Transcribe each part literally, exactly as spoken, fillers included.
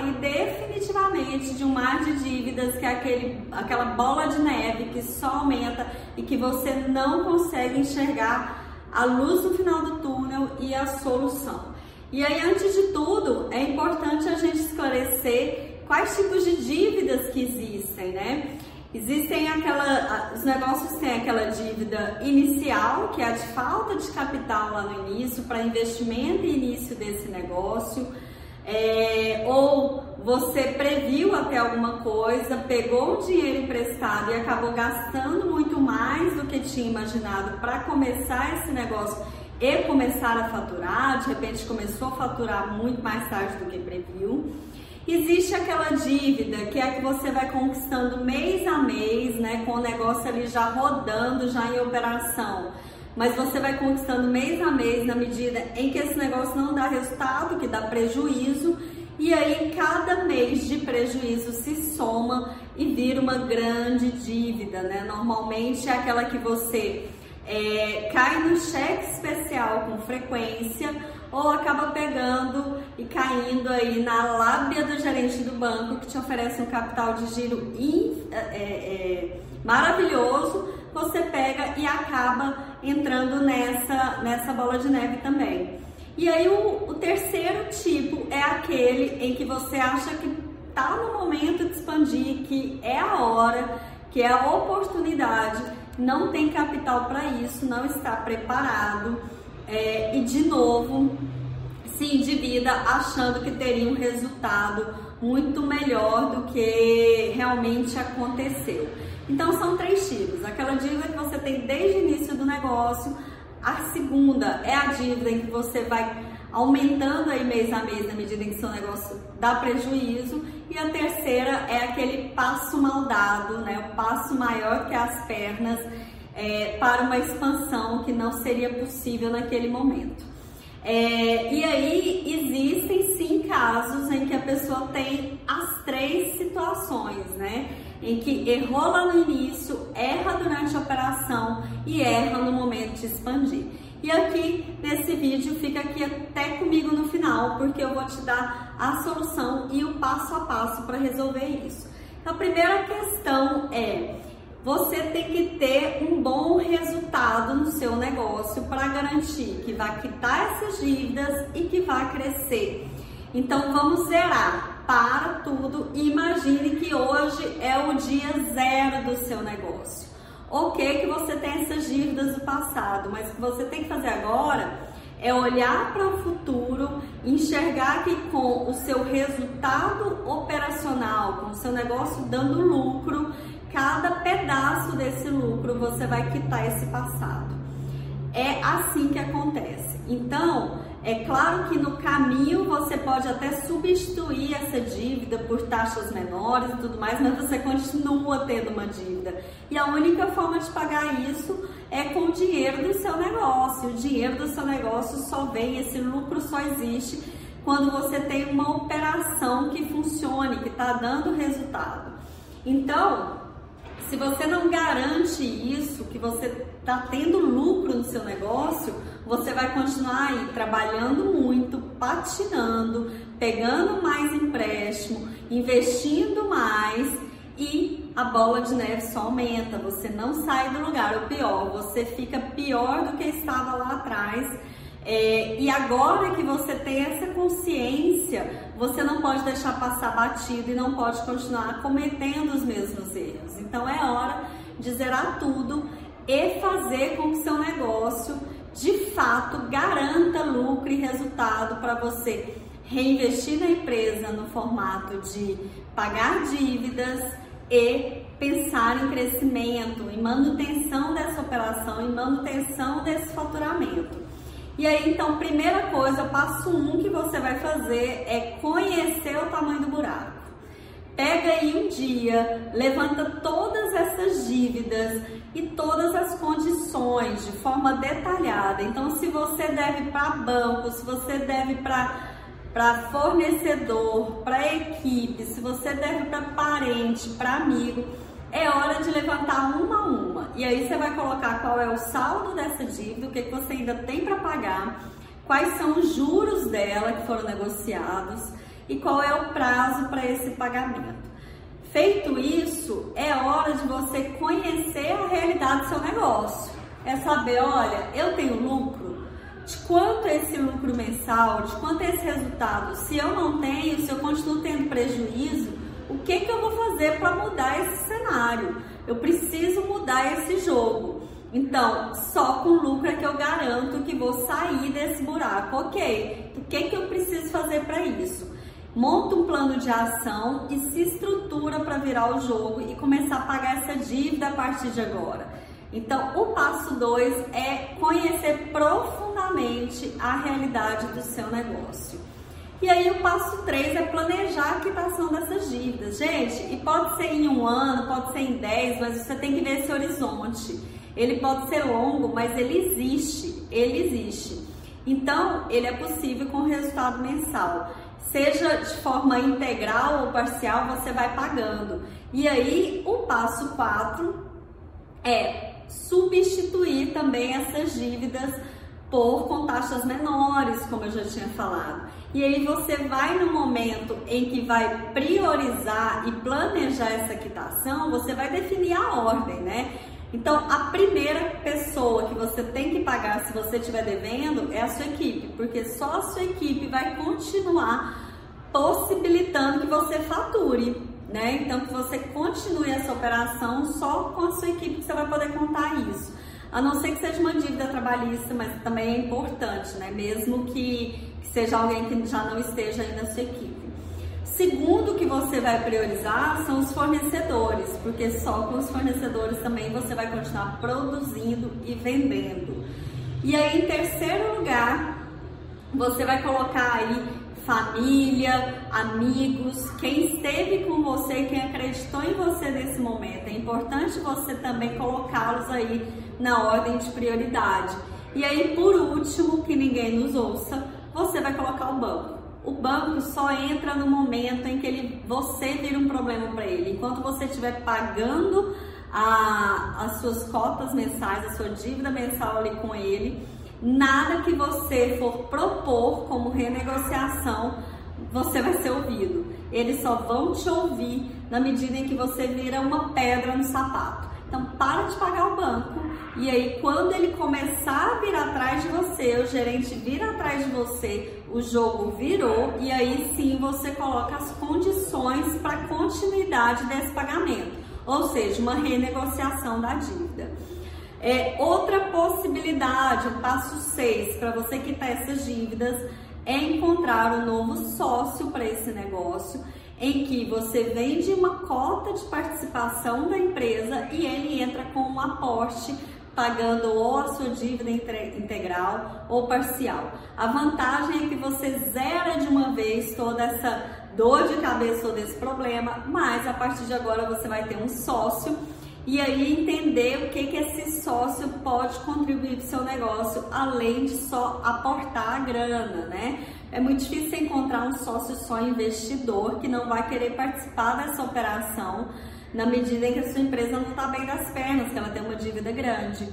sair definitivamente de um mar de dívidas, que é aquele, aquela bola de neve que só aumenta e que você não consegue enxergar a luz no final do túnel e a solução. E aí, antes de tudo, é importante a gente esclarecer quais tipos de dívidas que existem, né? Existem aquela, os negócios têm aquela dívida inicial, que é a de falta de capital lá no início, para investimento e início desse negócio, é, ou você previu até alguma coisa, pegou o dinheiro emprestado e acabou gastando muito mais do que tinha imaginado para começar esse negócio e começar a faturar, de repente começou a faturar muito mais tarde do que previu. Existe aquela dívida que é que você vai conquistando mês a mês, né, com o negócio ali já rodando, já em operação, mas você vai conquistando mês a mês na medida em que esse negócio não dá resultado, que dá prejuízo, e aí cada mês de prejuízo se soma e vira uma grande dívida, né? Normalmente é aquela que você é, cai no cheque especial com frequência, ou acaba pegando e caindo aí na lábia do gerente do banco, que te oferece um capital de giro in, é, é, maravilhoso, você pega e acaba entrando nessa, nessa bola de neve também. E aí o, o terceiro tipo é aquele em que você acha que está no momento de expandir, que é a hora, que é a oportunidade, não tem capital para isso, não está preparado, é, e de novo se endivida achando que teria um resultado muito melhor do que realmente aconteceu. Então são três tipos: aquela dívida que você tem desde o início do negócio, a segunda é a dívida em que você vai aumentando aí mês a mês na medida em que seu negócio dá prejuízo, e a terceira é aquele passo mal dado, né, o passo maior que as pernas, é, para uma expansão que não seria possível naquele momento. É, e aí existem sim casos em que a pessoa tem as três situações, né? Em que errou lá no início, erra durante a operação e erra no momento de expandir. E aqui nesse vídeo fica aqui até comigo no final, porque eu vou te dar a solução e o passo a passo para resolver isso. Então, a primeira questão é: você tem que ter um bom resultado no seu negócio para garantir que vai quitar essas dívidas e que vai crescer. Então vamos zerar, para tudo e imagine que hoje é o dia zero do seu negócio. Ok que você tem essas dívidas do passado, mas o que você tem que fazer agora é olhar para o futuro, enxergar que com o seu resultado operacional, com o seu negócio dando lucro, cada pedaço desse lucro você vai quitar esse passado. É assim que acontece. Então, é claro que no caminho você pode até substituir essa dívida por taxas menores e tudo mais, mas você continua tendo uma dívida. E a única forma de pagar isso é com o dinheiro do seu negócio. O dinheiro do seu negócio só vem, esse lucro só existe quando você tem uma operação que funcione, que está dando resultado. Então, se você não garante isso, que você está tendo lucro no seu negócio, você vai continuar aí trabalhando muito, patinando, pegando mais empréstimo, investindo mais, e a bola de neve só aumenta, você não sai do lugar. O pior, você fica pior do que estava lá atrás. É, e agora que você tem essa consciência, você não pode deixar passar batido e não pode continuar cometendo os mesmos erros. Então é hora de zerar tudo e fazer com que seu negócio de fato garanta lucro e resultado para você reinvestir na empresa no formato de pagar dívidas e pensar em crescimento, em manutenção dessa operação, em manutenção desse faturamento. E aí, então, primeira coisa, passo um que você vai fazer é conhecer o tamanho do buraco. Pega aí um dia, levanta todas essas dívidas e todas as condições de forma detalhada. Então, se você deve para banco, se você deve para para fornecedor, para equipe, se você deve para parente, para amigo, é hora de levantar uma a uma. E aí você vai colocar qual é o saldo dessa dívida, o que, que você ainda tem para pagar, quais são os juros dela que foram negociados e qual é o prazo para esse pagamento. Feito isso, é hora de você conhecer a realidade do seu negócio. É saber, olha, eu tenho lucro? De quanto é esse lucro mensal? De quanto é esse resultado? Se eu não tenho, se eu continuo tendo prejuízo, o que que eu vou fazer para mudar esse cenário? Eu preciso mudar esse jogo. Então, só com lucro é que eu garanto que vou sair desse buraco. Ok, o que que eu preciso fazer para isso? Monta um plano de ação e se estrutura para virar o jogo e começar a pagar essa dívida a partir de agora. Então, o passo dois é conhecer profundamente a realidade do seu negócio. E aí, o passo três é planejar a quitação dessas dívidas. Gente, e pode ser em um ano, pode ser em dez, mas você tem que ver esse horizonte. Ele pode ser longo, mas ele existe, ele existe. Então, ele é possível com resultado mensal. Seja de forma integral ou parcial, você vai pagando. E aí, o passo quatro é substituir também essas dívidas por com taxas menores, como eu já tinha falado. E aí você vai no momento em que vai priorizar e planejar essa quitação, você vai definir a ordem, né? Então, a primeira pessoa que você tem que pagar se você estiver devendo é a sua equipe, porque só a sua equipe vai continuar possibilitando que você fature, né? Então, que você continue essa operação só com a sua equipe que você vai poder contar isso. A não ser que seja uma dívida trabalhista, mas também é importante, né? Mesmo que, que seja alguém que já não esteja aí na sua equipe. Segundo que você vai priorizar são os fornecedores, porque só com os fornecedores também você vai continuar produzindo e vendendo. E aí, em terceiro lugar, você vai colocar aí família, amigos, quem esteve com você, quem acreditou em você nesse momento. É importante você também colocá-los aí na ordem de prioridade. E aí, por último, que ninguém nos ouça, você vai colocar o banco. O banco só entra no momento em que ele, você vira um problema para ele. Enquanto você estiver pagando a, as suas cotas mensais, a sua dívida mensal ali com ele, nada que você for propor como renegociação, você vai ser ouvido. Eles só vão te ouvir na medida em que você vira uma pedra no sapato. Então, para de pagar o banco. E aí, quando ele começar a vir atrás de você, o gerente vira atrás de você, o jogo virou, e aí sim você coloca as condições para a continuidade desse pagamento. Ou seja, uma renegociação da dívida. É, outra possibilidade, o passo seis, para você quitar essas dívidas, é encontrar um novo sócio para esse negócio, em que você vende uma cota de participação da empresa e ele entra com um aporte, pagando ou a sua dívida integral ou parcial. A vantagem é que você zera de uma vez toda essa dor de cabeça, todo esse problema, mas a partir de agora você vai ter um sócio e aí entender o que, que esse sócio pode contribuir para o seu negócio, além de só aportar a grana, né? É muito difícil encontrar um sócio só investidor que não vai querer participar dessa operação na medida em que a sua empresa não está bem das pernas, que ela tem uma dívida grande.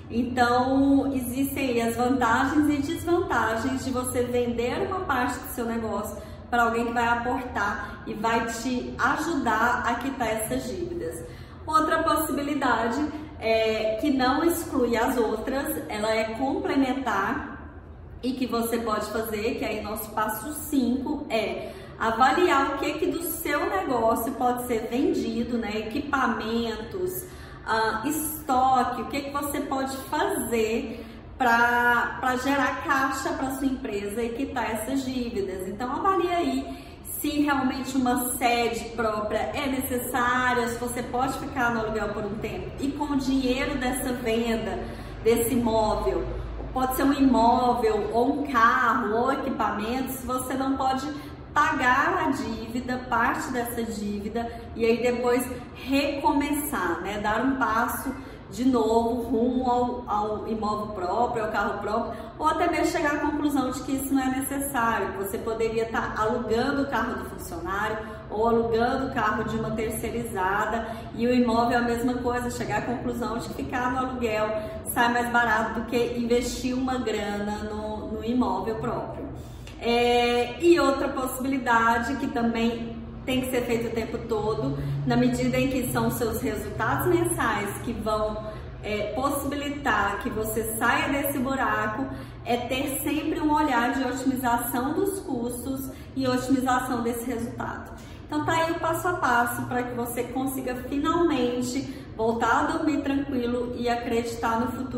Então, existem aí as vantagens e desvantagens de você vender uma parte do seu negócio para alguém que vai aportar e vai te ajudar a quitar essas dívidas. Outra possibilidade, é, que não exclui as outras, ela é complementar e que você pode fazer, que aí nosso passo cinco é avaliar o que, que do seu negócio pode ser vendido, né? Equipamentos, uh, estoque, o que, que você pode fazer para gerar caixa para sua empresa e quitar essas dívidas. Então avalie aí se realmente uma sede própria é necessária, se você pode ficar no aluguel por um tempo e com o dinheiro dessa venda desse imóvel, pode ser um imóvel ou um carro ou equipamento, se você não pode pagar a dívida, parte dessa dívida, e aí depois recomeçar, né? Dar um passo de novo rumo ao, ao imóvel próprio, ao carro próprio, ou até mesmo chegar à conclusão de que isso não é necessário, que você poderia estar alugando o carro do funcionário ou alugando o carro de uma terceirizada, e o imóvel é a mesma coisa, chegar à conclusão de que ficar no aluguel sai mais barato do que investir uma grana no, no imóvel próprio. É, e outra possibilidade que também tem que ser feito o tempo todo, na medida em que são seus resultados mensais que vão é, possibilitar que você saia desse buraco, é ter sempre um olhar de otimização dos custos e otimização desse resultado. Então tá aí o passo a passo para que você consiga finalmente voltar a dormir tranquilo e acreditar no futuro.